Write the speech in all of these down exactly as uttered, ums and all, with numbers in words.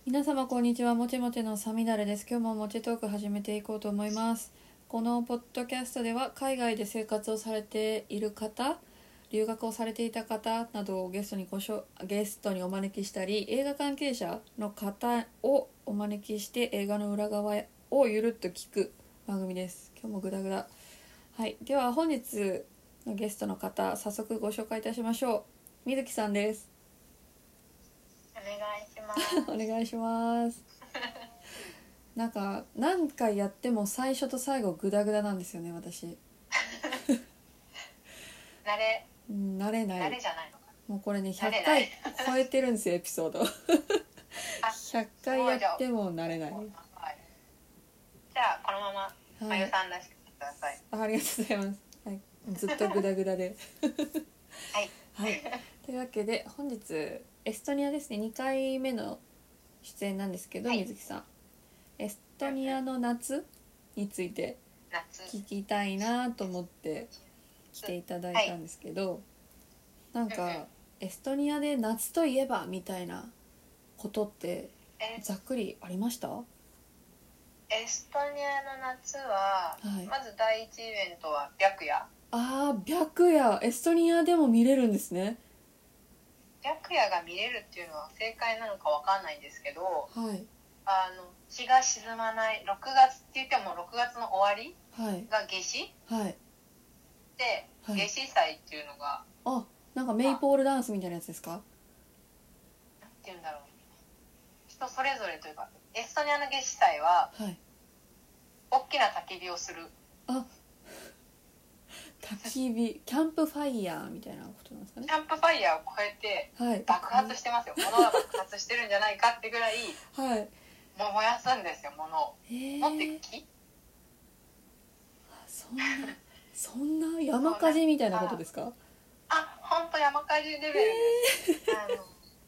皆様こんにちは。もちもちのさみだれです。今日ももちトーク始めていこうと思います。このポッドキャストでは海外で生活をされている方、留学をされていた方などをゲストにごしょゲストにお招きしたり、映画関係者の方をお招きして映画の裏側をゆるっと聞く番組です。今日もグダグダ。はい、では本日のゲストの方、早速ご紹介いたしましょう。みずきさんです。 お願いしますお願いしますなんか何回やっても最初と最後グダグダなんですよね、私。 慣れうん慣れない。 慣れじゃないのかもうこれねひゃっ慣れなかいい超えてるんですよエピソードあひゃっかいやっても慣れない。 はいじゃあこのまままはい、 ゆさんらしくしてください。 あありがとうございます、はい、ずっとグダグダではいはいというわけで本日エストニアですね、にかいめの出演なんですけど、 はい水木さんエストニアの夏について夏聞きたいなと思って来ていただいたんですけど、なんかエストニアで夏といえばみたいなことってえざっくりありました？はエストニアの夏は、 い、 まず第一イベントは白夜あー白夜エストニアでも見れるんですね。 白夜が見れるっていうのは正解なのかわかんないんですけど、 はいあの日が沈まないろくがつって言ってもろくがつの終わりはいが夏至はいで、 はい夏至祭っていうのがあ、なんかメイポールダンスみたいなやつですか？ なんて言うんだろう、人それぞれというか、エストニアの夏至祭ははい大きな焚き火をする。 あ焚き火キャンプファイヤーみたいなことなんですかね。 キャンプファイヤーを超えてはい爆発してますよ。物が爆発してるんじゃないかってぐらいはいもう燃やすんですよ、物を。 へー持って木そんなそんな山火事みたいなことですか？ あ、ほんと山火事レベルです、あの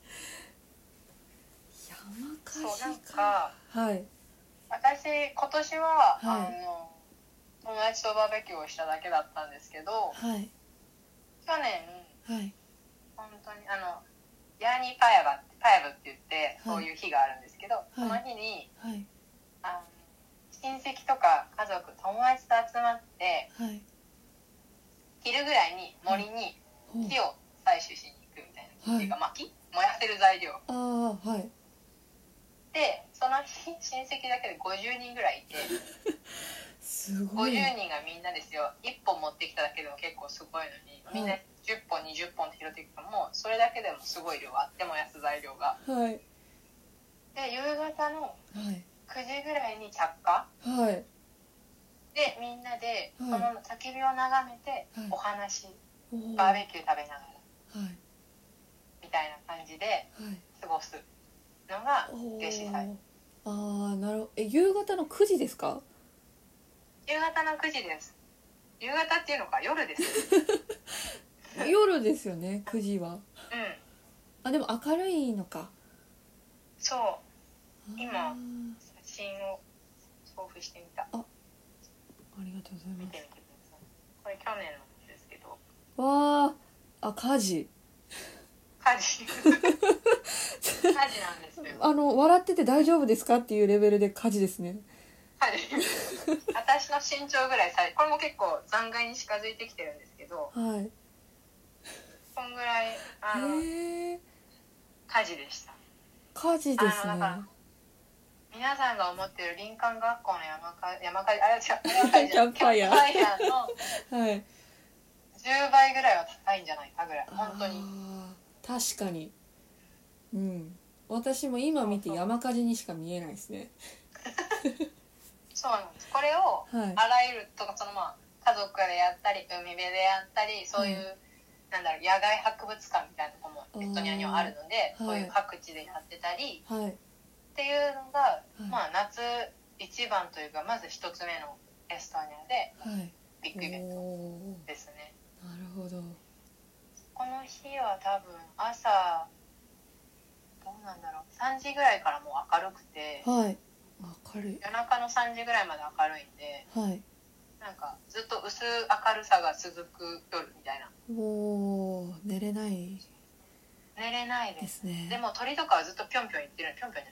山火そうなん事か。 かはい私今年は、 はいあの友達とバーベキューをしただけだったんですけど、 はい去年はい本当にあのヤーニーパヤバパヤブって言ってはいそういう日があるんですけど、 いその日にはいあの親戚とか家族友達と集まってはい昼ぐらいに森にほう木を採取しに行くみたいな、 はいっていうか薪燃やせる材料ああはいで、その日親戚だけでごじゅうにんぐらいいてすごい。 ごじゅうにんがみんなですよ、いっぽん持ってきただけでも結構すごいのに、みんなじゅっぽんにじゅっぽんって拾っていくともうそれだけでもすごい量あって燃やす材料が。 はいで夕方のはいくじぐらいに着火はいでみんなでそはいの焚き火を眺めてはいお話、 おーバーベキュー食べながらはいみたいな感じではい過ごすのがお夏至祭。 ーああなるほど。え夕方のくじですか？ 夕方のくじです。夕方っていうのか夜です。 夜ですよねくじは。 うんあでも明るいのか。 そう今あ写真を送付してみた。 ありがとうございま見てみてください。これ去年なんですけどす。わああ火事火事火事なんですよ。 あの笑ってて大丈夫ですかっていうレベルで火事ですね。 火事私の身長ぐらいさ、これも結構残骸に近づいてきてるんですけど、 はいこんぐらいあのへえ火事でした。 火事ですね。 あのだから皆さんが思ってる林間学校の山か山火事、あれ違う、 キャンプファイヤーキャンプファイヤーのはいじゅうばいぐらいは高いんじゃないかぐらい、本当に。 あー確かにうん私も今見て山火事にしか見えないですね。 そうなんです。これをはいあらゆるとかそのまあ家族でやったり海辺でやったりそういう、 はいなんだろう野外博物館みたいなとこもエストニアにはあるので、 あーそういう各地でやってたりはいっていうのが、 いまあ夏一番というかまず一つ目のエストニアではいビッグイベントおーですね。 なるほど。 この日は多分朝どうなんだろうさんじぐらいからもう明るくて、 はい明るい夜中のさんじぐらいまで明るいんで、 はいなんかずっと薄明るさが続く夜みたいな。 おー寝れない寝れないでですすね。 でも鳥とかはずっとぴょんぴょん言ってる、ぴょんぴょんじゃない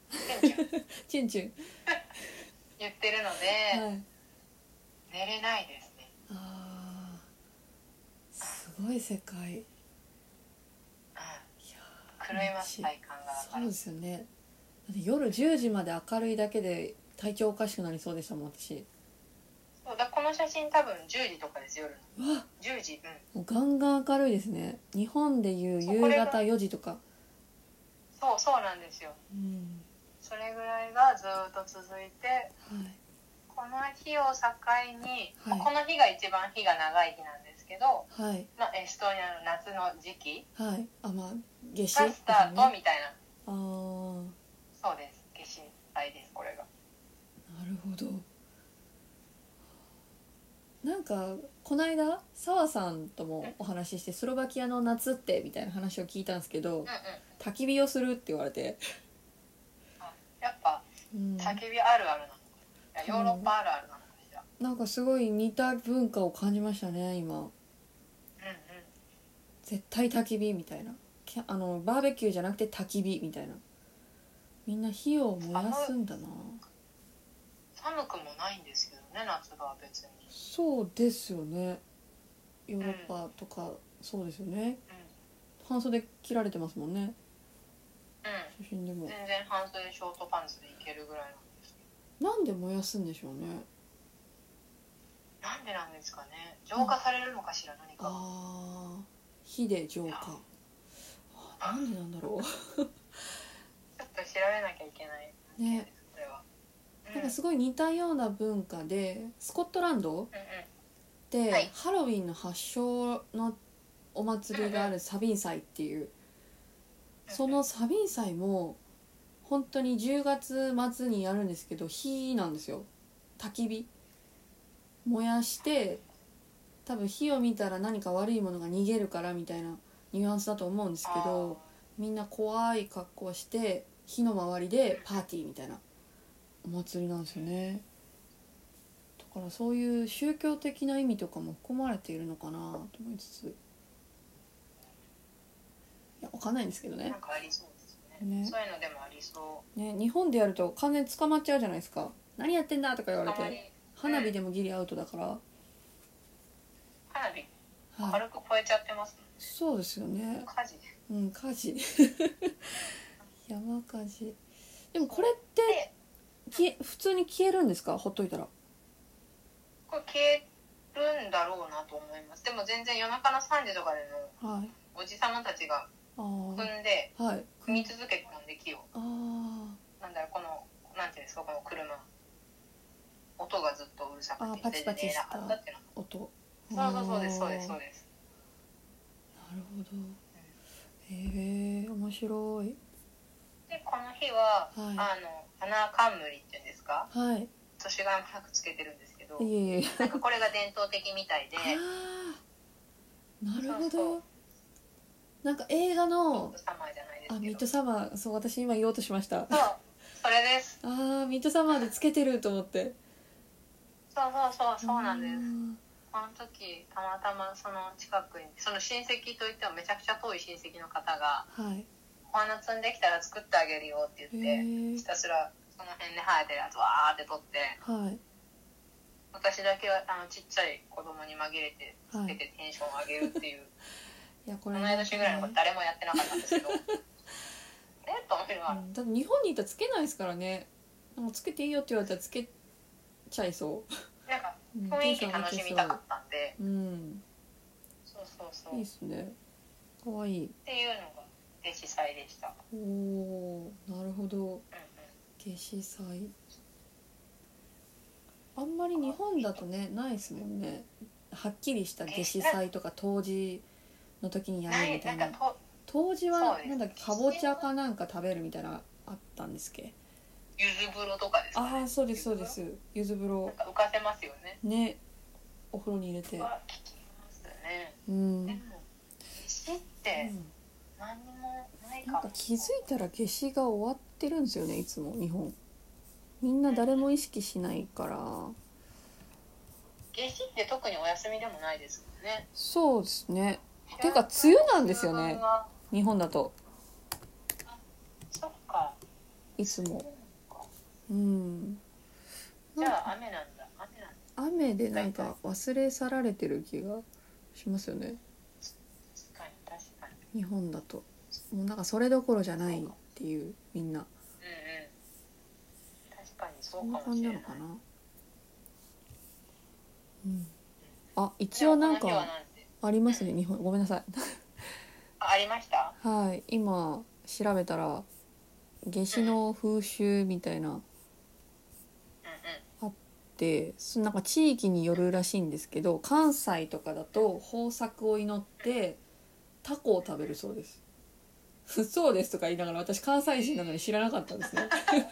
チュンチュンチュンチュン言ってるので、 はい、 寝れないですね。 あーすごい世界。いや狂います体感が。 そうですよね。だって夜じゅうじまで明るいだけで体調おかしくなりそうでしたもん私。 そうだ、この写真多分じゅうじとかです夜の。 うわじゅうじ、うん、 もうガンガン明るいですね。日本でいう夕方よじとか。 そうそうなんですよ、 うん、 それぐらいがずっと続いて、 はい、 この日を境に、 はい、 この日が一番日が長い日なんですけど、 はい、 まあ、エストニアの夏の時期はい、あまあ夏至がスタートみたいな、 ああそうです、夏至祭ですこれが。 なるほど。なんかこの間澤さんともお話ししてスロバキアの夏ってみたいな話を聞いたんですけど、 うんうん、 焚き火をするって言われて、 あやっぱうん、 焚き火あるあるなのか、いやヨーロッパあるあるなのかしら。 なんかすごい似た文化を感じましたね今。 うんうん、 絶対焚き火みたいな、あのバーベキューじゃなくて焚き火みたいな、みんな火を燃やすんだな。 寒くもないんですけどね、夏場は別に。 そうですよね、ヨーロッパとか、うん、そうですよね、うん、半袖着られてますもんね、 うん、 写真でも全然半袖ショートパンツでいけるぐらいなんですけど。なんで燃やすんでしょうね。 なんでなんですかね、浄化されるのかしら、何か。 ああ、火で浄化、あ、なんでなんだろうちょっと調べなきゃいけないね。 それは、うん、 なんかすごい似たような文化でスコットランドうんうんで、 はい、 ハロウィンの発祥のお祭りがあるサビン祭っていう、そのサビン祭も本当にじゅうがつ末にやるんですけど、火なんですよ、焚き火燃やして、多分火を見たら何か悪いものが逃げるからみたいなニュアンスだと思うんですけど、みんな怖い格好をして火の周りでパーティーみたいなお祭りなんですよね。だからそういう宗教的な意味とかも含まれているのかなと思いつつ、いやわかんないんですけどね。 なんかありそうですね。ね、そういうのでもありそう、 ね、日本でやると完全に捕まっちゃうじゃないですか。何やってんだとか言われて、 うん、 花火でもギリアウトだから、 花火軽く超えちゃってます、ね、はい、 そうですよね。 火事、 うん火事山火事。でもこれって消え普通に消えるんですか、ほっといたら。 これ消えるんだろうなと思います。でも全然夜中のさんじとかでも、はい、おじさまたちが踏んで、はい、踏み続けてたんで木を、あなんだろう、このなんていうんですか、この車音がずっとうるさくて、 あパチパチした音。 そうそうそうですそうですそうです。 なるほど、うん、へえ面白い。 でこの日は、はい、あの花冠っていうんですか、はい、年がらマークつけてるんですけど、いえいえなんかこれが伝統的みたいであなるほど。そうそうなんか映画のミッドサマーじゃないですけど、あミッドサマー、そう私今言おうとしました。 そうそれです。 あミッドサマーでつけてると思って。 そうそうそうそうなんです。この時たまたまその近くにその親戚といってもめちゃくちゃ遠い親戚の方が、はい、お花摘んできたら作ってあげるよって言ってひたすらその辺で生えてるやつわーって取って、はい、私だけはあのちっちゃい子供に紛れてつけてテンションを上げるっていう、はい、いやこれ同い年ぐらいの子誰もやってなかったんですけどえっと思いながら、 だって日本にいたらつけないですからね。なんかつけていいよって言われたらつけちゃいそうなんか雰囲気楽しみたかったんで、うん、そうそうそう、 いいですね、かわいいっていうのが夏至祭でした。 おおなるほど、うんうん、夏至祭あんまり日本だとねないですもんね、はっきりした夏至祭とか冬至の時にやるみたいな。冬至はなんだっけ、かぼちゃかなんか食べるみたいなあったんですっけ。 柚子風呂とかですかね。 ああそうですそうです、柚子風呂なんか浮かせますよね。 ね、お風呂に入れて。 は聞きますね。うん。でも夏至って何もないかも。 なんか気づいたら夏至が終わってるんですよね、いつも日本。みんな誰も意識しないから。 夏至って特にお休みでもないですもんね。 そうですね。ていうか梅雨なんですよね、日本だと。 あ、そっか。 いつも。うん。 じゃあ雨なんだ。雨なんだ。 雨でなんか忘れ去られてる気がしますよね。 確かに確かに。 日本だともうなんかそれどころじゃないっていうみんな。うんうん。確かにそうそんなかもしれない。 感じなのかな。うん。あ、一応なんかありますね、うん、日本。ごめんなさい。 あ、ありました？ はい、今調べたら夏至の風習みたいな、うん、あって、なんか地域によるらしいんですけど、関西とかだと豊作を祈ってタコを食べるそうです。そうですとか言いながら私関西人なのに知らなかったですね。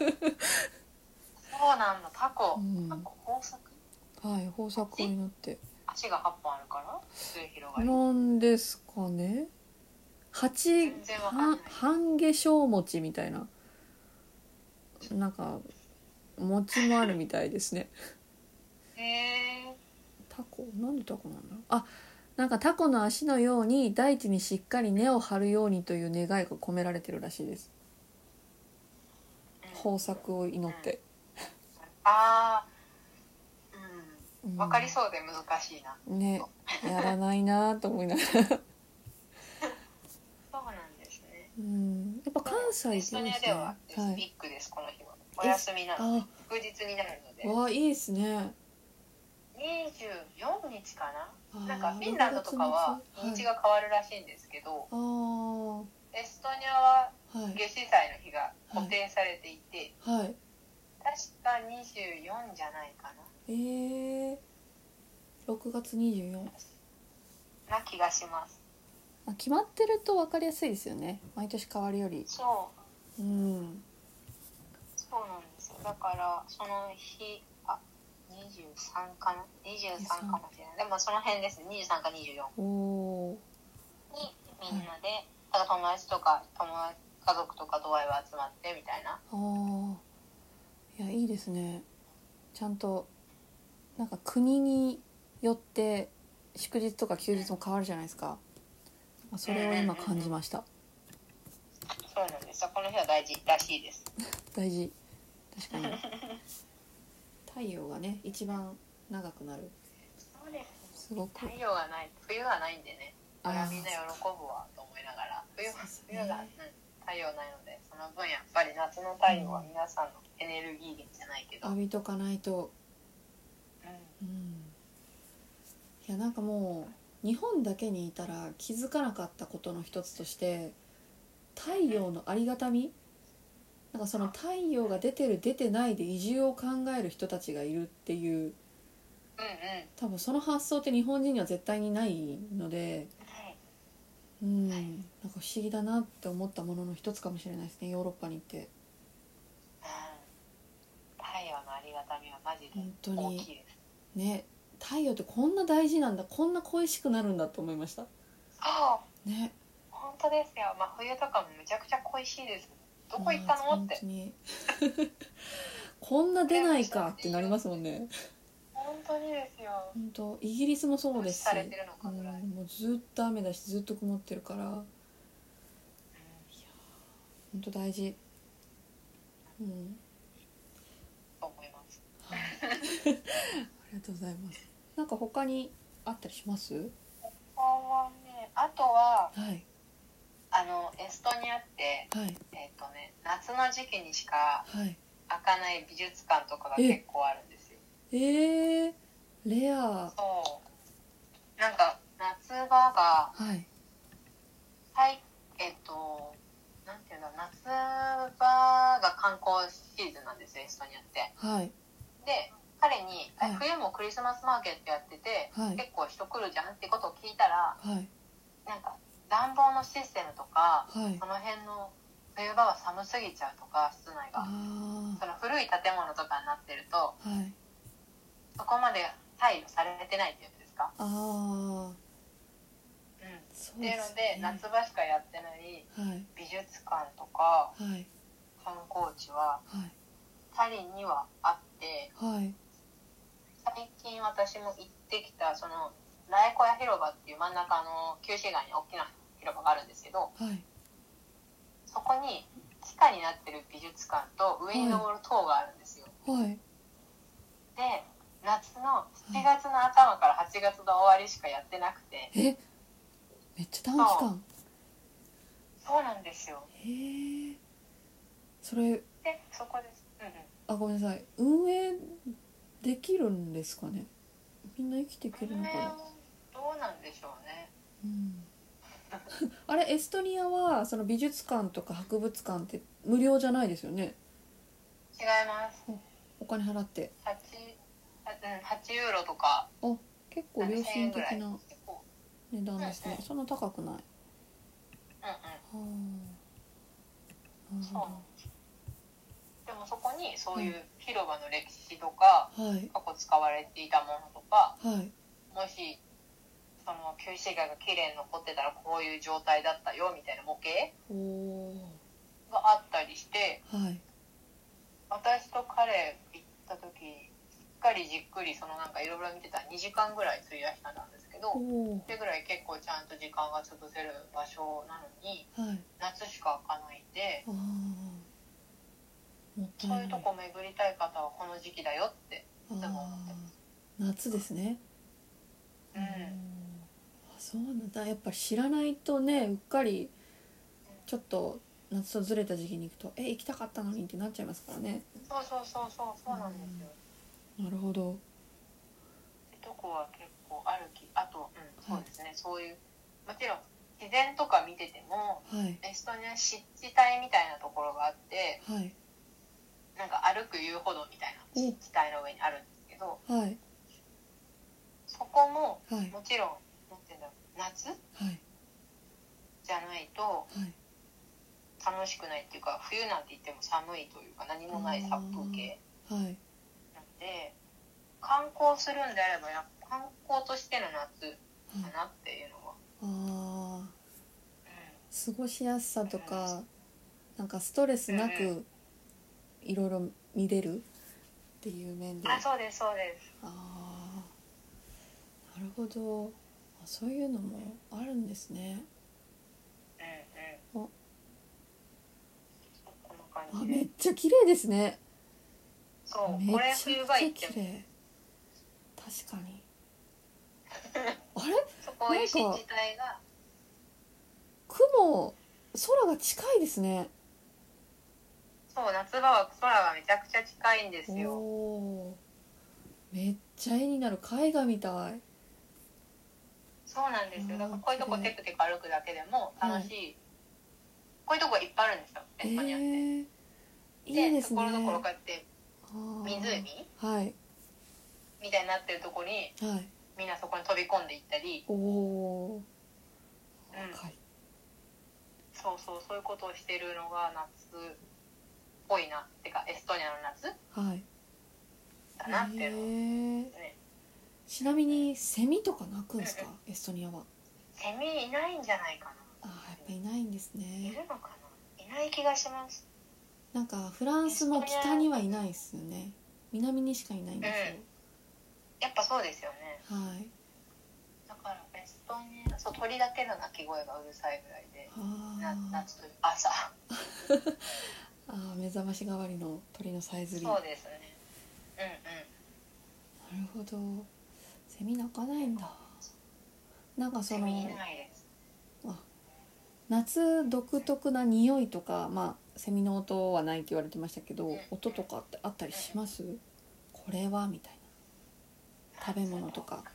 そうなんだ、タコ、うん、タコ豊作？ はい、豊作を祈って。 足がはっぽんあるから末広がりなんですかね。八半夏生餅みたいな、なんか餅もあるみたいですね。 へえ。 タコ、なんでタコなんだ。あ、なんかタコの足のように大地にしっかり根を張るようにという願いが込められてるらしいです。豊作を祈って。 うん、ああ、うん、分かりそうで難しいな。 ね、やらないなと思いながら。そうなんですね。 うん、やっぱ関西エストニアではビッグです、はい、この日は。お休みなので祝日になるので。 わあ、いいですね。 にじゅうよっかな。なんかフィンランドとかは日にちが変わるらしいんですけど、はい、エストニアは夏至祭の日が固定されていて、はいはい、確かにじゅうよっかじゃないかな。えー、ろくがつにじゅうよっな気がします。 あ、決まってると分かりやすいですよね、毎年変わるより。 そう、 うん、 そうなんですよ。だからその日、あ、にじゅうさんかな、にじゅうさんかもしれない。でもその辺ですね、にじゅうさんかにじゅうよんおにみんなで、はい、だから友達とか友達家族とか度合いは集まってみたいな。 あ、いや、いいですね。ちゃんとなんか国によって祝日とか休日も変わるじゃないですか。それを今感じました。 そうなんです。この日は大事らしいです。 大事、確かに。太陽がね一番長くなる。 そうです、 すごく。 太陽がない、冬がないんでね。それはみんな喜ぶわと思いながら。冬は、冬が、うん、太陽ないので、その分やっぱり夏の太陽は皆さんのエネルギー源じゃないけど、 浴びとかないと。うん、うん、いや、なんかもう日本だけにいたら気づかなかったことの一つとして、太陽のありがたみ、なんかその太陽が出てる出てないで移住を考える人たちがいるっていう、うんうん、多分その発想って日本人には絶対にないので、うん、なんか不思議だなって思ったものの一つかもしれないですね、ヨーロッパに行って。うん、 太陽のありがたみはマジで大きいですね。太陽ってこんな大事なんだ、こんな恋しくなるんだと思いました。 そうね、本当ですよ。まあ、冬とかもめちゃくちゃ恋しいです。どこ行ったのって。 こんな出ないかってなりますもんね。 本当にですよ。 本当、イギリスもそうですし、されてるのかぐらい、うん、もうずっと雨だしずっと曇ってるから、うん、いや本当大事。うん。 そう思います。 はい、ありがとうございます。なんか他にあったりします？ 他はね、あとは、 はい。 あのエストニアって、はい、えーとね、夏の時期にしか開かない美術館とかが結構あるんですよ。 えー、レア。 そう、なんか夏場が、はい、はい、えっ、ー、となんていうんだ、夏場が観光シーズンなんですよ、エストニアって。はい、で彼に、はい、冬もクリスマスマーケットやってて、はい、結構人来るじゃんってことを聞いたら、はい、なんか暖房のシステムとか、はい、その辺の冬場は寒すぎちゃうとか、室内がその古い建物とかになってると、はい、そこまで配慮されてないっていうんですか。あ、うん、っていうので、夏場しかやってない美術館とか、はい、観光地は、はい、タリンにはあって、はい、最近私も行ってきたそのラエコヤ広場っていう真ん中の旧市街に大きな広場があるんですけど、はい、そこに地下になってる美術館と上に登る塔があるんですよ。 はい。 で夏のしちがつの頭からはちがつの終わりしかやってなくて、 えめっちゃ短期間。 そう、そうなんですよ。 へえ。それでそこです、うんうん、 あごめんなさい、運営できるんですかね。みんな生きていけるのかな。 どうなんでしょうね、 うん、あれエストニアはその美術館とか博物館って無料じゃないですよね。 違います。 お金払って 8, はちユーロとか。 あ結構良心的な値段ですね、うんうん、そんな高くない。うんうん、はあ、なるほど。でもそこにそういう広場の歴史とか、はい、過去使われていたものとか、はい、もしその旧市街が綺麗に残ってたらこういう状態だったよみたいな模型があったりして、はい、私と彼行った時しっかりじっくりそのなんかいろいろ見てたらにじかんぐらい費やしたんですけど、それぐらい結構ちゃんと時間が潰せる場所なのに、はい、夏しか開かないんで、そういうとこ巡りたい方はこの時期だよっていつも思ってます。 夏ですね。 うん、あ、 そうなんだ。やっぱ知らないとね、うっかりちょっと夏とずれた時期に行くとえ行きたかったのにってなっちゃいますからね。 そうそうそうそうそうなんですよ。 なるほど。 とこは結構歩き、あと、うん、そうですね、はい、そういうもちろん自然とか見てても、はい、エストニア湿地帯みたいなところがあって、はい、なんか歩く遊歩道みたいな湿地帯の上にあるんですけど、はい、そこも、はい、もちろんなんていうんだろう、夏、はい、じゃないと、はい、楽しくないっていうか、冬なんて言っても寒いというか何もない殺風景、はい、なんで観光するんであればや観光としての夏かなっていうのは、はい、あ、うん、 過ごしやすさとか、うん、なんかストレスなくいろいろ見れるっていう面で、 あ、そうですそうです。 あ、なるほど。そういうのもあるんですね。 うんうん。お、こんな感じで。 あ、めっちゃ綺麗ですね。 そう、これ冬場行っても綺麗。確かに。あれ？ そこいう湿地帯が雲、空が近いですね。 そう、夏場は空がめちゃくちゃ近いんですよ。 おー、めっちゃ絵になる。絵画みたい。 そうなんですよ。だからこういうとこテクテク歩くだけでも楽しい、はい、こういうとこいっぱいあるんですよ、エストニアって、えー、いいですね。で、ところどころこうやって湖、はい、みたいになってるとこに、はい、みんなそこに飛び込んでいったり、おー、うん、そうそう、そういうことをしてるのが夏っぽいなってか、エストニアの夏、はい、だなっていうのですね。 ちなみにセミとか鳴くんですか、うんうん、エストニアは。 セミいないんじゃないかな。 あ、やっぱいないんですね。 いるのかな。いない気がします。 なんかフランスも北にはいないですよね。南にしかいないんですよ、うん、 やっぱそうですよね。 はい。 だからエストニア、そう、鳥だけの鳴き声がうるさいぐらいで、な夏と朝あ、目覚まし代わりの鳥のさえずり。 そうですね。 うんうん。なるほど。セミ鳴かないんだ。なんかその、セミいないです。あ、夏独特な匂いとか、まあセミの音はないって言われてましたけど、うん、音とかってあったりします？うん、これはみたいな食べ物とか。はい、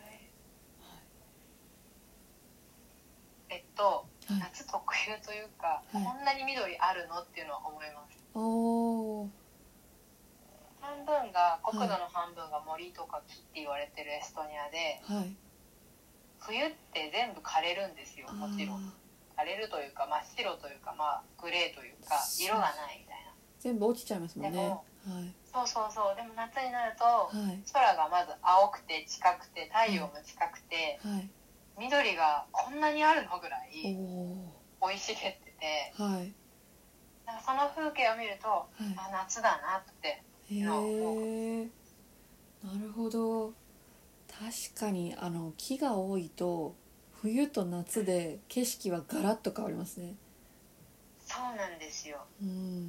えっと、はい、夏特有というか、はい、こんなに緑あるのっていうのは思います。おー、半分が国土の半分が森とか木って言われてるエストニアで、はい、冬って全部枯れるんですよ。もちろん枯れるというか真っ白というか、まあグレーというか色がないみたいな、 全部落ちちゃいますもんね。でも、はい、そうそうそう。でも夏になると、はい、空がまず青くて近くて太陽も近くて、はい、緑がこんなにあるのぐらい生い茂ってて、はい、なんかその風景を見ると、はい、あ、夏だなってのを思う。 へー、なるほど。確かにあの木が多いと冬と夏で景色はガラッと変わりますね。 そそうなんですよ。 うん、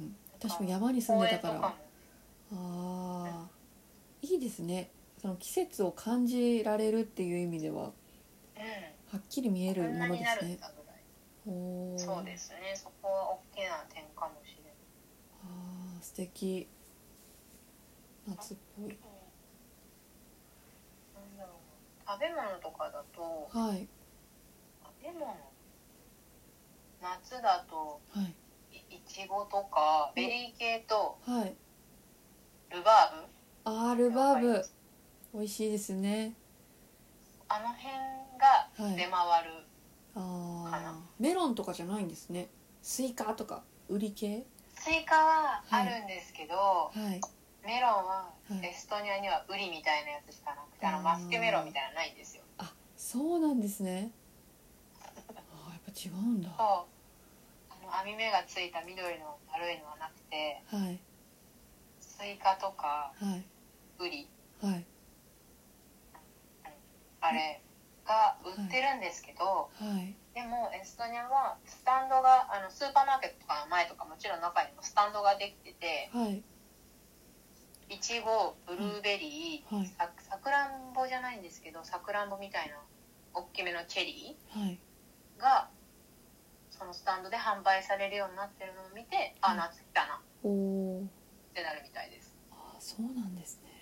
私も山に住んでたから。ああ、うん、いいですね。その季節を感じられるっていう意味では、うん、はっきり見えるものですね。 おそうですね。そこは大きな点かもしれない。 ああ、素敵。夏っぽい。うん、 なんだろうな、食べ物とかだと、 はい、 食べ物夏だと、 はい、 いちごとかベリー系と、 はい、 ルバーブ。 あールバーブ美味しいですね。 あの辺が出回るかな、はい、 あメロンとかじゃないんですね。スイカとかウリ系。 スイカはあるんですけど、はい、メロンはエストニアにはウリみたいなやつしかなくて、はい、あのマスケメロンみたいなのないんですよ。 あ、そうなんですね。あ、やっぱ違うんだ。 そう、あの網目がついた緑の丸いのはなくて、はい、スイカとか、はい、ウリ、はい、あれが売ってるんですけど、はいはい、でもエストニアはスタンドがあのスーパーマーケットとかの前とかもちろん中にもスタンドができてて、はい、いちご、ブルーベリー、はい、さ, さくらんぼじゃないんですけどさくらんぼみたいな大きめのチェリーがそのスタンドで販売されるようになってるのを見て、はい、あ、夏来たなおってなるみたいです。 あ、そうなんですね。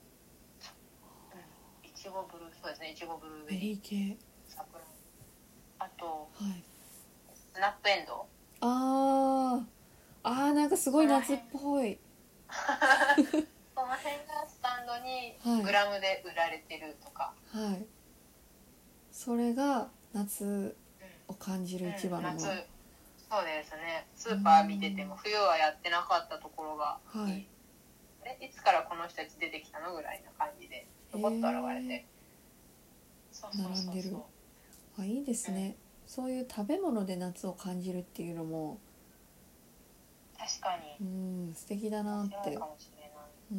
いちごブルー、そうですね、いちごブルーベリー系、桜、あと、はい、スナップエンドウ、 あーあー、なんかすごい夏っぽい。 その辺がスタンドにグラムで売られてるとか、はい、はい、 それが夏を感じる一番のもの、うんうん、 夏、そうですね。スーパー見てても冬はやってなかったところが、はい、え、いつからこの人たち出てきたのぐらいな感じでちょこっと現れて、 そうそうそうそう、並んでる。あ、いいですね、うん、そういう食べ物で夏を感じるっていうのも確かに、 うん、素敵だなって。かもしれない。うん、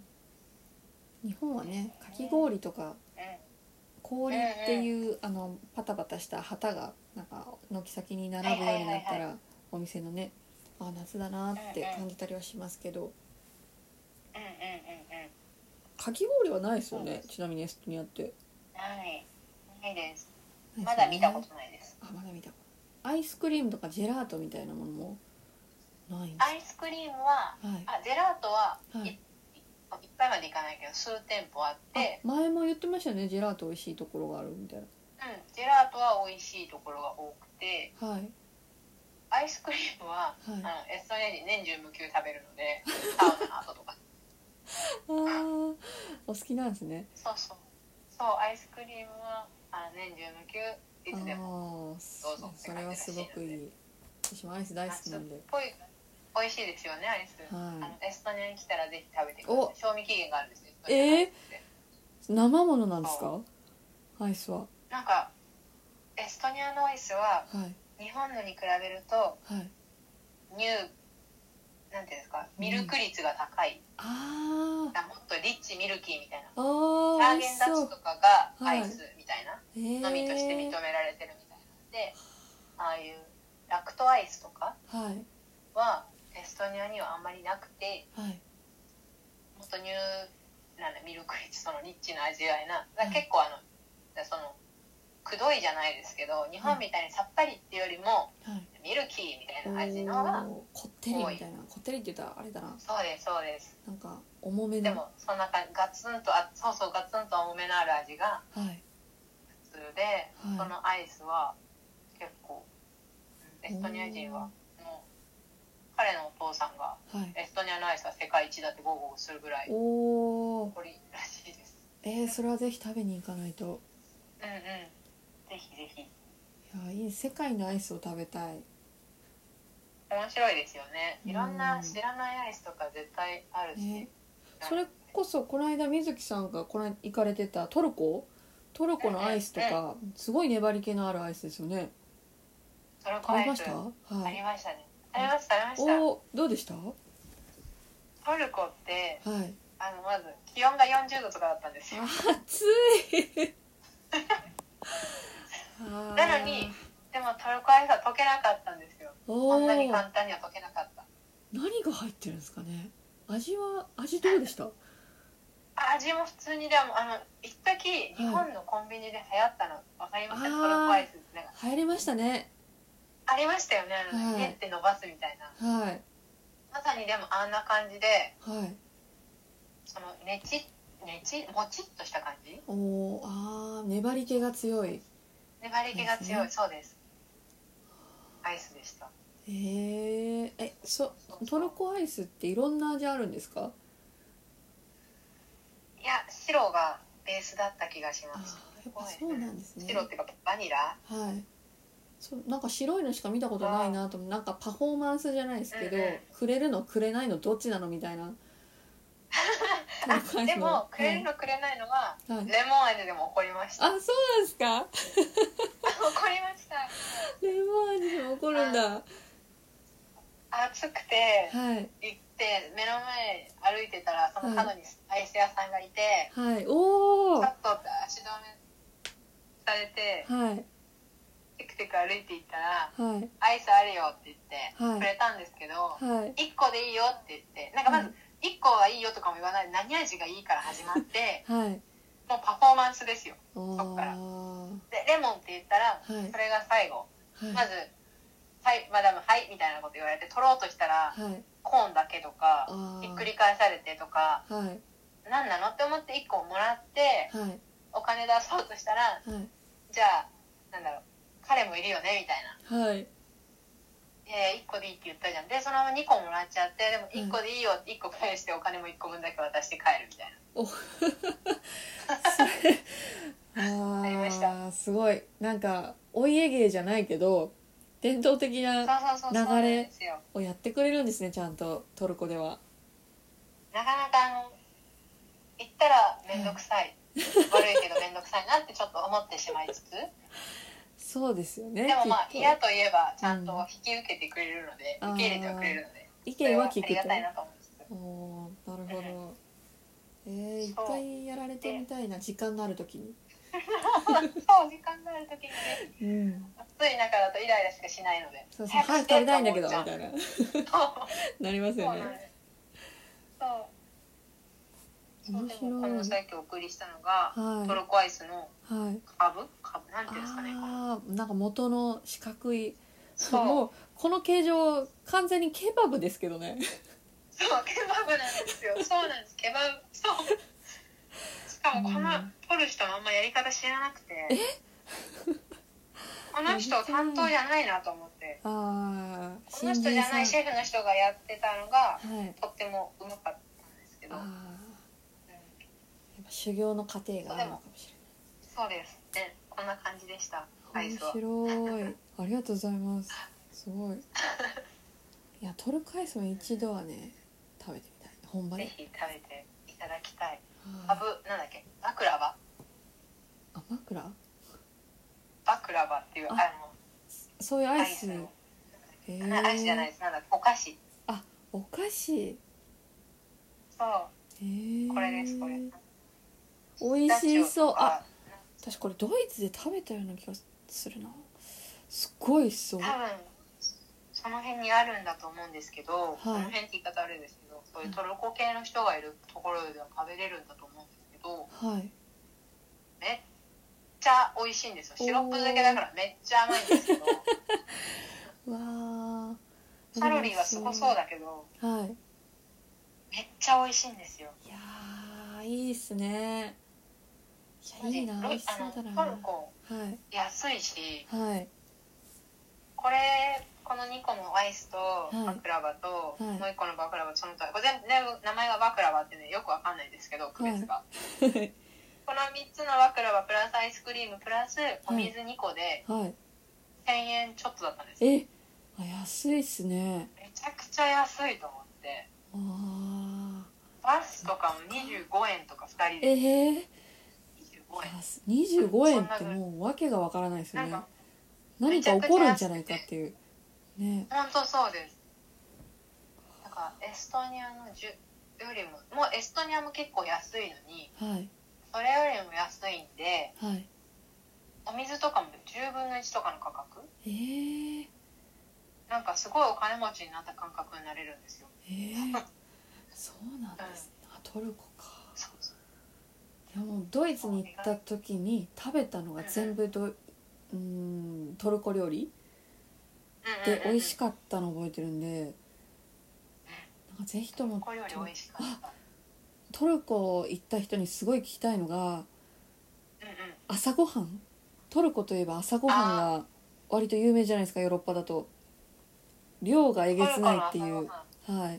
日本はね、かき氷とか、うん、氷っていう、うんうん、あのパタパタした旗がなんか軒先に並ぶようになったら、はいはいはいはい、お店のね、あ、夏だなって感じたりはしますけど、うんうんうんうん、かき氷はないですよね、ちなみにエストニアって。 ないないです。まだ見たことないです。 あ、まだ見たこと。アイスクリームとかジェラートみたいなものもないんですか？ アイスクリームは、はい、あ、ジェラートは、はい、い, いっぱいまでいかないけど数店舗あって、 前も言ってましたね、ジェラート美味しいところがあるみたいな。 うん、ジェラートは美味しいところが多くて、はい、アイスクリームは、はい、あのエストニア人年中無休食べるのでサウナの後とかあお好きなんですね。 そうそうそう、アイスクリームはあ年中無休いつでもどうぞって感じらしいので。それはすごくいい。 私もアイス大好きなんで。 美味しいですよね、アイス、はい、あのエストニアに来たらぜひ食べてください。賞味期限があるんですよ。 えー、生ものなんですか？アイスはなんかエストニアのアイスは、はい、日本のに比べると、はい、乳なんていうんですか、ミルク率が高い、うん、あもっとリッチミルキーみたいな、ハーゲンダッツとかがアイスみたいな、はい、のみとして認められてるみたいなんで、ああいうラクトアイスとかはエストニアにはあんまりなくて、はい、もっと乳なんだミルクリッチ、そのリッチな味わいな、はい、結構あのそのくどいじゃないですけど、日本みたいにさっぱりっていうよりも、はい、ミルキーみたいな味のがこってりみたいな、こってりって言ったらあれだな。 そうですそうです。 なんか重めの、 でもそんな感じ、ガツンとあそうそうガツンと重めのある味が普通で、はい、そのアイスは結構エストニア人はもう彼のお父さんが、はい、エストニアのアイスは世界一だってゴーゴーするぐらい誇りらしいです。 えー、それはぜひ食べに行かないと。うんうん、 ぜひぜひ。いや、いい、世界のアイスを食べたい。 面白いですよね。いろんな知らないアイスとか絶対あるし、ね、 それこそこの間水木さんがこの行かれてたトルコトルコのアイスとか、うんうん、すごい粘り気のあるアイスですよね。 トルコアイス食べました？はい、 ありましたね。ありましたありました。 お、どうでした？ トルコって、はい、あのまず気温がよんじゅうどとかだったんですよ。 暑いなのにでもトルコアイスは溶けなかったんですよ。こんなに簡単には溶けなかった。 何が入ってるんですかね。味は味どうでした？ 味も普通に。でもあの一時日本のコンビニで流行ったの分かりますか？トルコアイスなんか流行りましたね。 ありましたよね。あの、はい、練って伸ばすみたいな。 はい。 まさにでもあんな感じで、 はい。 そのねちねちもちっとした感じ。 おお、ああ、粘り気が強い。 粘り気が強い、ね、そうです。アイスでした。 へえ、え、そトルコアイスっていろんな味あるんですか？ いや、白がベースだった気がします。 あ、やっぱそうなんですね。 白っていうかバニラ。 はい。そうなんか白いのしか見たことないなと思って、なんかパフォーマンスじゃないですけど、うんうん、くれるのくれないのどっちなのみたいな。 あ、でもくれるのくれないのは、はい、レモン味でも起こりました。 あ、そうなんですか？ 起こりました。 レモン味でも起こるんだ。 暑くて、 はい、 行って目の前歩いてたらその角にアイス屋さんがいて、 はい、おお。 ちょっと足止めされて、 はい、 テクテク歩いていったら、 はい、 アイスあるよって言ってはい、 くれたんですけど、 はい、 いっこでいいよって言って、なんかまずいっこはいいよとかも言わないで何味がいいから始まって、はい、もうパフォーマンスですよ。そっからでレモンって言ったら、はい、それが最後、はい、まずはいマダムはいみたいなこと言われて取ろうとしたら、はい、コーンだけとかひっくり返されてとか、はい、何なのって思っていっこもらって、はい、お金出そうとしたら、はい、じゃあなんだろう彼もいるよねみたいな、はい、えー、いっこでいいって言ったじゃん。でそのままにこもらっちゃって、でもいっこでいいよっていっこ返してお金もいっこぶんだけ渡して帰るみたいな。おそれあありました。すごいなんかお家芸じゃないけど伝統的な流れをやってくれるんですね、ちゃんとトルコでは。 なかなかあの言ったら面倒くさい、はい、悪いけど面倒くさいなってちょっと思ってしまいつつそうですよね。 でもまあ嫌といえばちゃんと引き受けてくれるので、うん、受け入れてはくれるので意見は聞くとありがたいなと思います。 おなるほど、うん、えー、一回やられてみたいな、時間のある時にそう時間がある時にね、うん、暑い中だとイライラしかしないので、 そうそう早く食べたいんだけどみたいななりますよね。 そうそうでもこのさっきお送りしたのが、はい、トルコアイスのカブ、カブなんていうんですかね、 ああなんか元の四角いそうもうこの形状完全にケバブですけどね。 そうケバブなんですよ。そうなんですケバブ。そうしかもこの取る人もあんまやり方知らなくて、えこの人担当じゃないなと思って、あこの人じゃないシェフの人がやってたのが、はい、とってもうまかったんですけど、あ、うん、やっぱ修行の過程があるのかもしれない。そうですね、こんな感じでした。 面白いありがとうございます。すごいいやトルコアイスも一度はね食べてみたい本場で。 ぜひ食べていただきたい。カブなんだっけ、バクラバ、 あバクラバクラバっていうあのそういうアイス、 アイスじゃないです、なんだお菓子。 あお菓子、 そう、へこれですこれ。 美味しそう。あ私これドイツで食べたような気がするな。すごいそう。 多分その辺にあるんだと思うんですけど、はい、その辺って言い方あれですけど、そういうトルコ系の人がいるところでは食べれるんだと思うんですけど、はい、めっちゃ美味しいんですよ。シロップ漬けだからめっちゃ甘いんですけどわカロリーはすごそうだけど、はい、めっちゃ美味しいんですよ。 いやーいいっすね。いやいいな、美味しそうだな。 トルコ、はい、安いし、はい、これこのにこのアイスとバクラバと、はい、もういっこのバクラバその他これ全部名前がバクラバってねよくわかんないですけど区別が、はい、このみっつのバクラバプラスアイスクリームプラスお水にこでせんえんちょっとだったんです。 えあ安いっすね。 めちゃくちゃ安いと思って。あバスとかもにじゅうごえんとかふたりで、えー、にじゅうごえんにじゅうごえんってもう訳がわからないですよね。何か起こるんじゃないかっていうね。 本当そうです。なんかエストニアのじゅよりももうエストニアも結構安いのに、はい、それよりも安いんで、はい、 お水とかもじゅうぶんのいちとかの価格。 えー、 なんかすごいお金持ちになった感覚になれるんですよ。 えー、そうなんですね、うん、あトルコか。そうそう。でもドイツに行った時に食べたのが全部ド、うん、うんトルコ料理で美味しかったの覚えてるんで、なんかぜひともトルコ料理美味しかった。 トルコ行った人にすごい聞きたいのが、うんうん、朝ごはん、トルコといえば朝ごはんが割と有名じゃないですか、ヨーロッパだと。量がえげつないっていう、はい、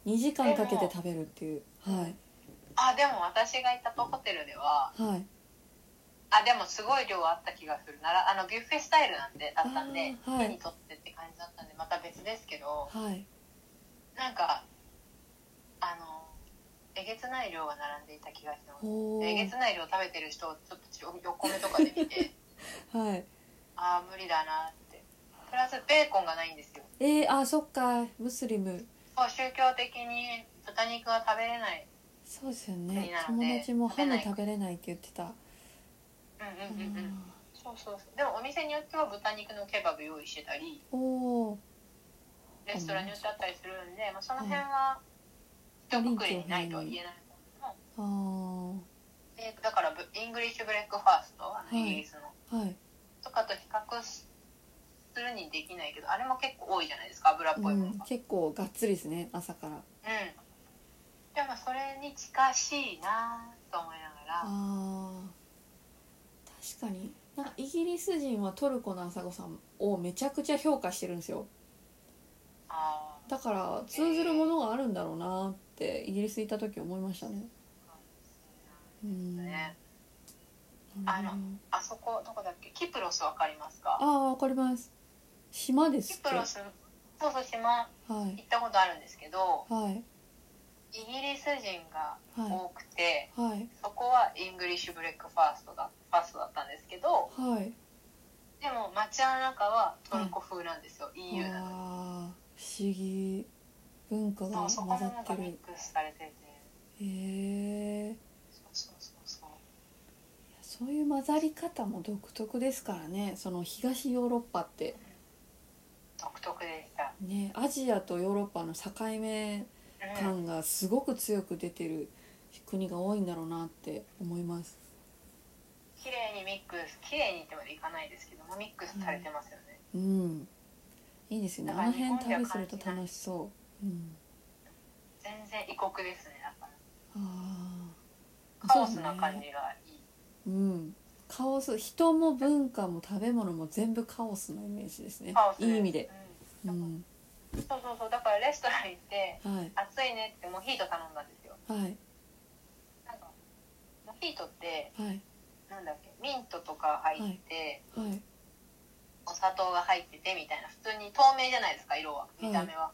にじかんかけて食べるっていう、はい、 あでも私が行ったホテルでは、 はい、 あでもすごい量あった気がするなら、あのビュッフェスタイルなんでだったんで、 はい、 手に取ってって感じだったんでまた別ですけど、 はい、 なんかあのえげつない量が並んでいた気がします。えげつない量食べてる人をちょっと横目とかで見てはい、 あー無理だなって。プラスベーコンがないんですよ。 えー、あそっか、ムスリム。 そう宗教的に豚肉は食べれない。 そうですよね、友達もハム食べれないって言ってた。 うんうんうんうん、そうそうそう。でもお店によっては豚肉のケバブ用意してたり、 おレストランによってあったりするんで、まあ、その辺は一括りにないとは言えないけども、でだからイングリッシュブレックファースト、はい、イギリスの、はい、とかと比較するにできないけど、あれも結構多いじゃないですか、油っぽいものが、うん、 結構がっつりですね、朝から。うん、 でもそれに近しいなと思いながら。 あ確かに、なんかイギリス人はトルコの朝ごはんをめちゃくちゃ評価してるんですよ。あだから通ずるものがあるんだろうなってイギリス行った時思いましたね。 うん、ね、あのあそこどこだっけ、キプロスわかりますか？ ああわかります。島ですっけ？ キプロス、そうそう島、はい、行ったことあるんですけど、はい、イギリス人が多くて、はいはい、そこはイングリッシュブレックファーストだファーストだったんですけど、はい、でも街の中はトルコ風なんですよ、はい、イーユー なのに。あ不思議、文化が混ざってる。 そこもなんかミックスされてて、へえー、そうそうそうそう、そういう混ざり方も独特ですからね、その東ヨーロッパって、うん、 独特でしたね。アジアとヨーロッパの境目感がすごく強く出てる国が多いんだろうなって思います。 綺麗にミックス、綺麗にってまでいかないですけどもミックスされてますよね、 うん、うん、いいですよね、あの辺旅すると楽しそう、うん、 全然異国ですね。だからあカオスな感じがいい、 う、ね、うん、カオス、人も文化も食べ物も全部カオスのイメージですね、いい意味で、うん、うん、 そうそうそう。だからレストラン行って、はい、暑いねってモヒート頼んだんですよ。はい。なんかモヒートって、はい、なんだっけ、ミントとか入って、はいはい、お砂糖が入っててみたいな、普通に透明じゃないですか、色は、見た目は。はい、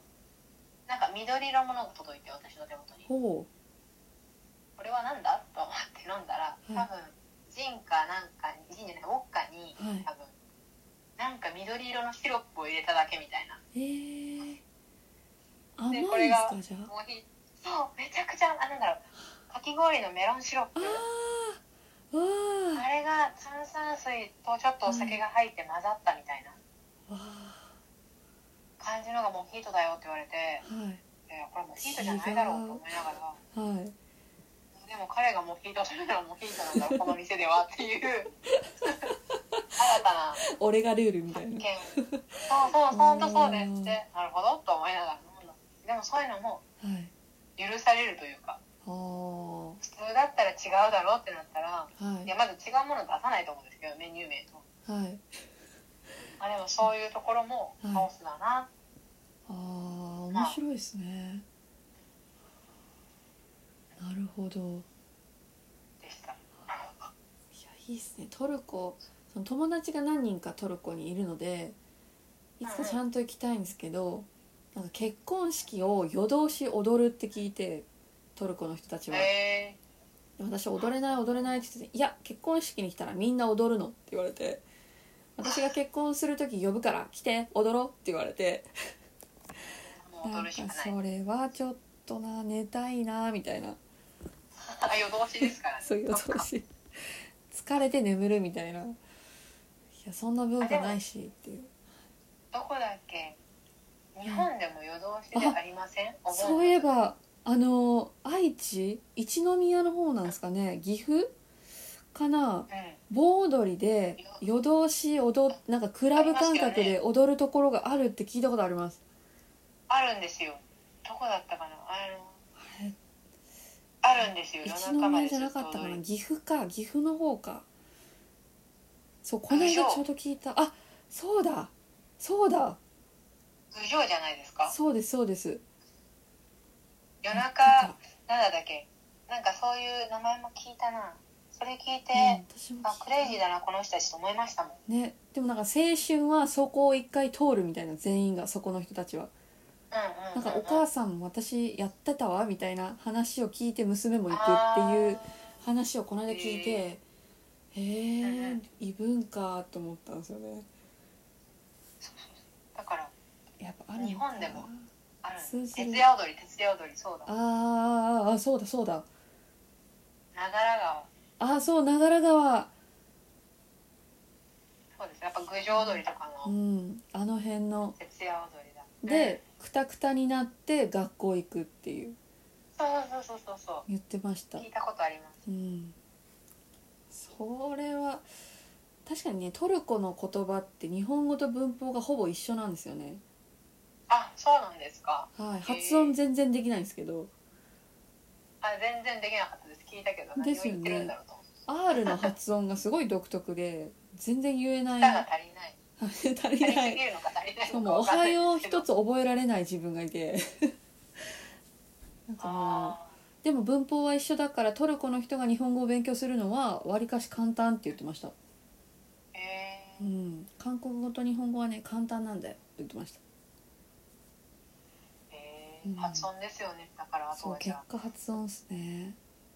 なんか緑色のものが届いて私の手元に。ほう。これはなんだと思って飲んだら、はい、多分ジンかなんかに、ジンじゃない、ウォッカに、はい、多分。なんか緑色のシロップを入れただけみたいな。へえ。甘いですか、じゃあ。もうそう、めちゃくちゃ、あ、なんだろう、かき氷のメロンシロップ。ああ。あれが炭酸水とちょっとお酒が入って混ざったみたいな。感じのがモヒートだよって言われて、はい。いや、これモヒートじゃないだろうと思いながら。はい。でも彼がモヒートするならモヒートなんだろう、この店ではっていう。新たな俺がルールみたいな。 そうそう、本当そうですって、なるほどと思いながら飲んだ。でもそういうのも許されるというか、はい、普通だったら違うだろうってなったら、はい、いやまず違うもの出さないと思うんですけど、メニュー名と、はい、あでもそういうところもカオスだな、はい、ああ面白いですね、まあ、なるほどでした。いやいいですね、トルコ。その友達が何人かトルコにいるのでいつかちゃんと行きたいんですけど、なんか結婚式を夜通し踊るって聞いて、トルコの人たちは、えー、私踊れない踊れないって言ってて、いや結婚式に来たらみんな踊るのって言われて、私が結婚する時呼ぶから来て踊ろうって言われてなんかそれはちょっとな、寝たいなみたいな。 夜通しですからね。 そう夜通し疲れて眠るみたいな。いやそんな文化ないしっていう。 どこだっけ、日本でも夜通しでありません？お盆の時そういえばあの愛知一宮の方なんですかね、岐阜かな、 うん、 盆踊りで夜通し踊っなんかクラブ感覚で踊るところがあるって聞いたことあります。 あるんですよ。どこだったかな、あのあれあるんですよ。 一宮じゃなかったかな、岐阜か、岐阜の方か。そう、この間ちょうど聞いた。あ、そうだそうだ、 郡上じゃないですか。 そうですそうです。 夜中なんだっけ、なんかそういう名前も聞いたな。それ聞いて、うん、あクレイジーだなこの人たちと思いましたもんね。でもなんか青春はそこを一回通るみたいな、全員がそこの人たちは。なんかお母さんも私やってたわみたいな話を聞いて、娘も行くっていう話をこの間聞いて、へえー、異文化と思ったんですよね。 だからやっぱあるのか、 日本でもある。 徹夜踊り、徹夜踊り、そうだ。 ああそうだそうだ、 長良川。 ああそう、長良川。 そうです、やっぱ郡上踊りとかの、 うん、あの辺の徹夜踊りだ。 でクタクタになって学校行くっていう、 そうそうそうそうそう言ってました。 聞いたことあります。 うん、それは確かにね、トルコの言葉って日本語と文法がほぼ一緒なんですよね。 あ、そうなんですか。 はい、発音全然できないんですけど。 あ、全然できなかったです。聞いたけど何を言ってるんだろうと。 R の発音がすごい独特で全然言えない。 舌が足りない。 足りない。 足りすぎるのか足りないのかもうおはよう一つ覚えられない自分がいてなんかもうでも文法は一緒だから、トルコの人が日本語を勉強するのはわりかし簡単って言ってました。 へー、うん、韓国語と日本語はね簡単なんだよって言ってました。 へー、うん、発音ですよね。だからあとはじゃあそう結果発音っすね。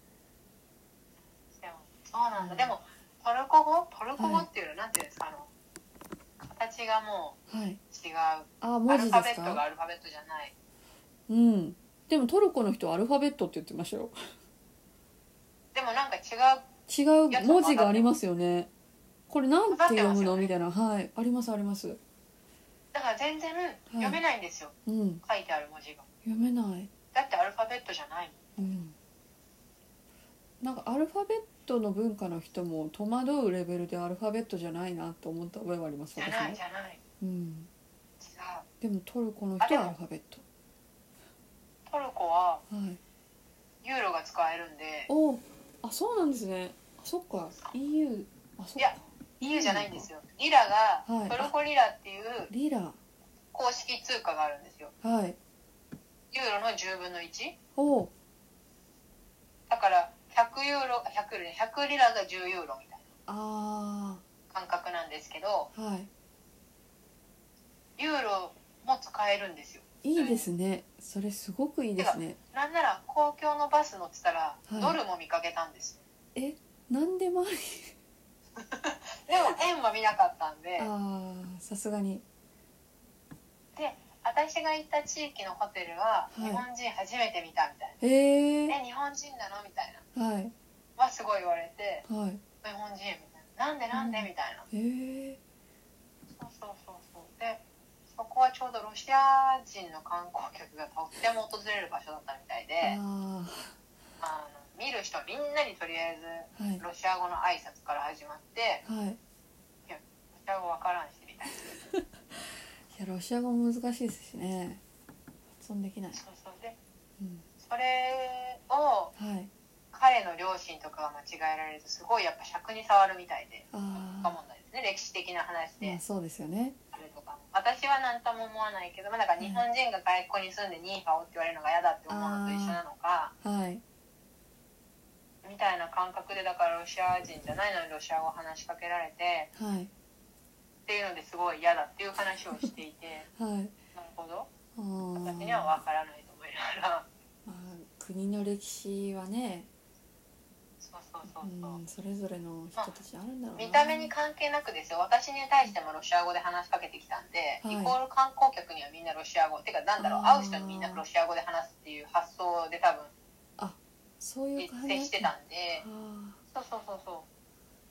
でもそうなんだ、うん、でもトルコ語トルコ語っていうのは、はい、なんていうんですか、あの形がもう違う、はい、あ文字ですか。アルファベットがアルファベットじゃない。 うん、でもトルコの人はアルファベットって言ってましたよ。でもなんか違う違う文字がありますよね。これなんて読むの、ね、みたいな。はい、ありますあります。 だから全然読めないんですよ、はい、うん、書いてある文字が読めない。 だってアルファベットじゃないもん、うん、 なんかアルファベットの文化の人も戸惑うレベルでアルファベットじゃないなと思った覚えはあります。 じゃないじゃない、 うん、 違う。 でもトルコの人はアルファベット。 トルコはユーロが使えるんで、はい、 おあそうなんですね。あそっか イーユー、 あそっか、いやイーユー じゃないんですよ。リラが、はい、トルコリラっていうリラ公式通貨があるんですよ。 はい。 ユーロのじゅうぶんのいち。 おだからひゃくユーロ、ひゃくリラ、ひゃくリラがじゅうユーロみたいな感覚なんですけど、 はい、 ユーロも使えるんですよ。 いいですね。それすごくいいですね。 なんなら公共のバス乗ってたら、はい、ドルも見かけたんです。 え、なんでもありでも円は見なかったんで、 あさすがに。 で私が行った地域のホテルは、はい、日本人初めて見たみたいな。 へえ。 え、日本人なのみたいな。 はい。 はすごい言われて、 はい。 日本人みたいな。なんでなんで、うん、みたいな。 へえ。 そうそうそうそう。で、そこはちょうどロシア人の観光客がとっても訪れる場所だったみたいで、ああの見る人みんなにとりあえず、はい、ロシア語の挨拶から始まって、はい、いやロシア語わからんしみたいな。いやロシア語難しいですしね。発音できない。 そうそうで、うん、それを、はい、彼の両親とかが間違えられるとすごいやっぱ尺に触るみたいで、あ問題ですね、歴史的な話で。 まあ、そうですよね。 あれとか私は何とも思わないけど、まあ、だから日本人が外国に住んでニーハオって言われるのが嫌だって思うのと一緒なのか、はい、みたいな感覚で、だからロシア人じゃないのにロシア語を話しかけられて、はい、っていうのですごい嫌だっていう話をしていて、はい、なるほど、私には分からないと思いながら、まあ、 国の歴史はね、 そうそうそうそう、 うん、それぞれの人たちあるんだろうな、 まあ、見た目に関係なくですよ。私に対してもロシア語で話しかけてきたんで、はい、イコール観光客にはみんなロシア語っていうか、なんだろう、会う人にみんなロシア語で話すっていう発想で多分あそういう感じ接してたんで、そうそうそうそう、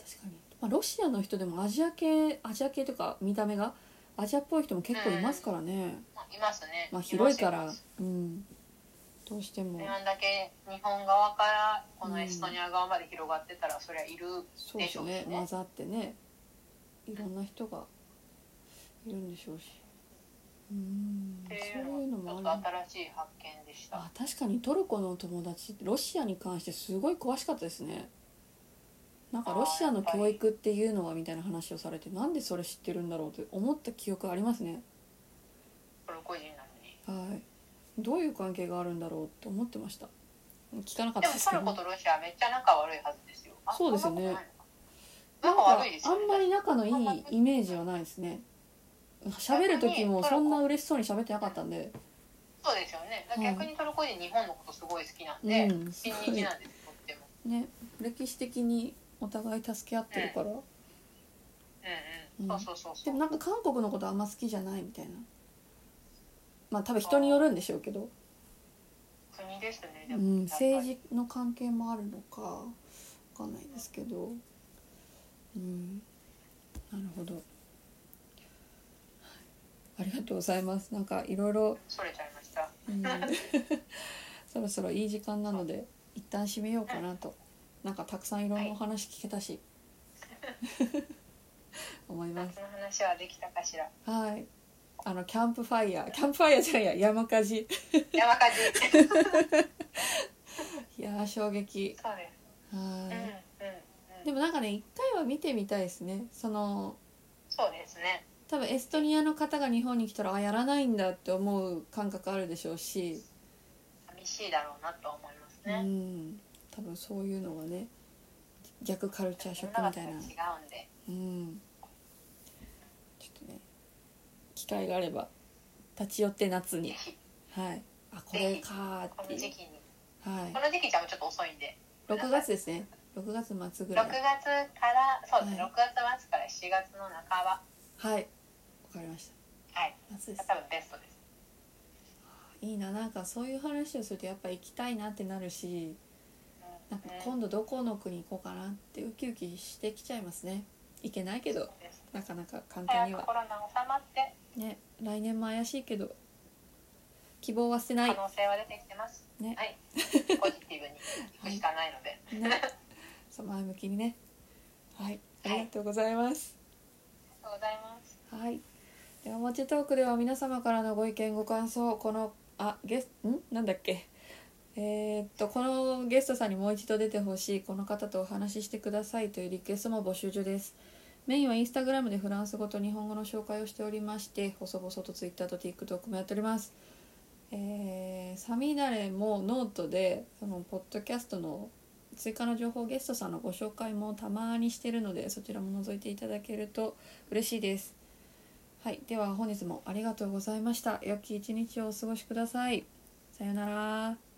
確かに、まあ、ロシアの人でもアジア系アジア系というか見た目がアジアっぽい人も結構いますからね、うん、 いますね。 まあ、広いからうん、どうしてもこんだけ日本側からこのエストニア側まで広がってたら、うん、そりゃいるでしょうしね。 そうですね、混ざってね、いろんな人がいるんでしょうし、うん、 っていうのもちょっと新しい発見でした。 あ、確かにトルコの友達ロシアに関してすごい詳しかったですね。なんかロシアの教育っていうのはみたいな話をされて、なんでそれ知ってるんだろうって思った記憶ありますね。 トルコ人なのに、 はい、どういう関係があるんだろうって思ってました。聞かなかったですけど、 でもトルコとロシアめっちゃ仲悪いはずですよ。 そうですよね。 なんか悪いですよね。 あんまり仲のいいイメージはないですね。喋る時もそんな嬉しそうに喋ってなかったんで。 そうですよね。逆にトルコ人日本のことすごい好きなんで、うん、親日なんですとっても。ね、 歴史的にお互い助け合ってるから。うん、 うんうん、そうそうそうそう。 でもなんか韓国のことあんま好きじゃないみたいな。まあ多分人によるんでしょうけど。 国ですね。 でもうん、政治の関係もあるのかわかんないですけど、うん、なるほど。ありがとうございます。なんかいろいろそれちゃいました、 うん、そろそろいい時間なので一旦締めようかなと、なんかたくさんいろんなお話聞けたし、はい、思います。 その話はできたかしら。 はい、あのキャンプファイヤーキャンプファイヤーじゃないや山火事山火事いやー衝撃。 そうです。はい、うんうんうん、 でもなんかね一回は見てみたいですね。そのそうですね、 多分エストニアの方が日本に来たらあやらないんだって思う感覚あるでしょうし、 寂しいだろうなと思いますね。 うん、多分そういうのがね逆カルチャーショックみたいな、違うんで、 うん、ちょっとね機会があれば立ち寄って夏に、はい、あこれかーっていう、 この時期に、 はい、 この時期じゃちょっと遅いんでろくがつですね。ろくがつ末ぐらい。 ろくがつからそうですね、はい、ろくがつ末からしちがつの半ば。 はい、わかりました。 はい、夏です。多分ベストです。 いいな、なんかそういう話をするとやっぱ行きたいなってなるし、なんか今度どこの国行こうかなってウキウキしてきちゃいますね。行けないけどなかなか簡単には。 コロナ収まってね、来年も怪しいけど希望は捨てない。 可能性は出てきてますね。はい、ポジティブに行くしかないので、 はい、ね、そう前向きにね。はい、ありがとうございます。 はい、ありがとうございます。 はい。ではもちトークでは皆様からのご意見ご感想、このあゲスんなんだっけえー、っとこのゲストさんにもう一度出てほしい、この方とお話ししてくださいというリクエストも募集中です。メインはインスタグラムでフランス語と日本語の紹介をしておりまして、細々とツイッターと TikTok もやっております。えー、サミダレもノートでそのポッドキャストの追加の情報、ゲストさんのご紹介もたまにしてるので、そちらも覗いていただけると嬉しいです。はい、では本日もありがとうございました。良き一日をお過ごしください。さようなら。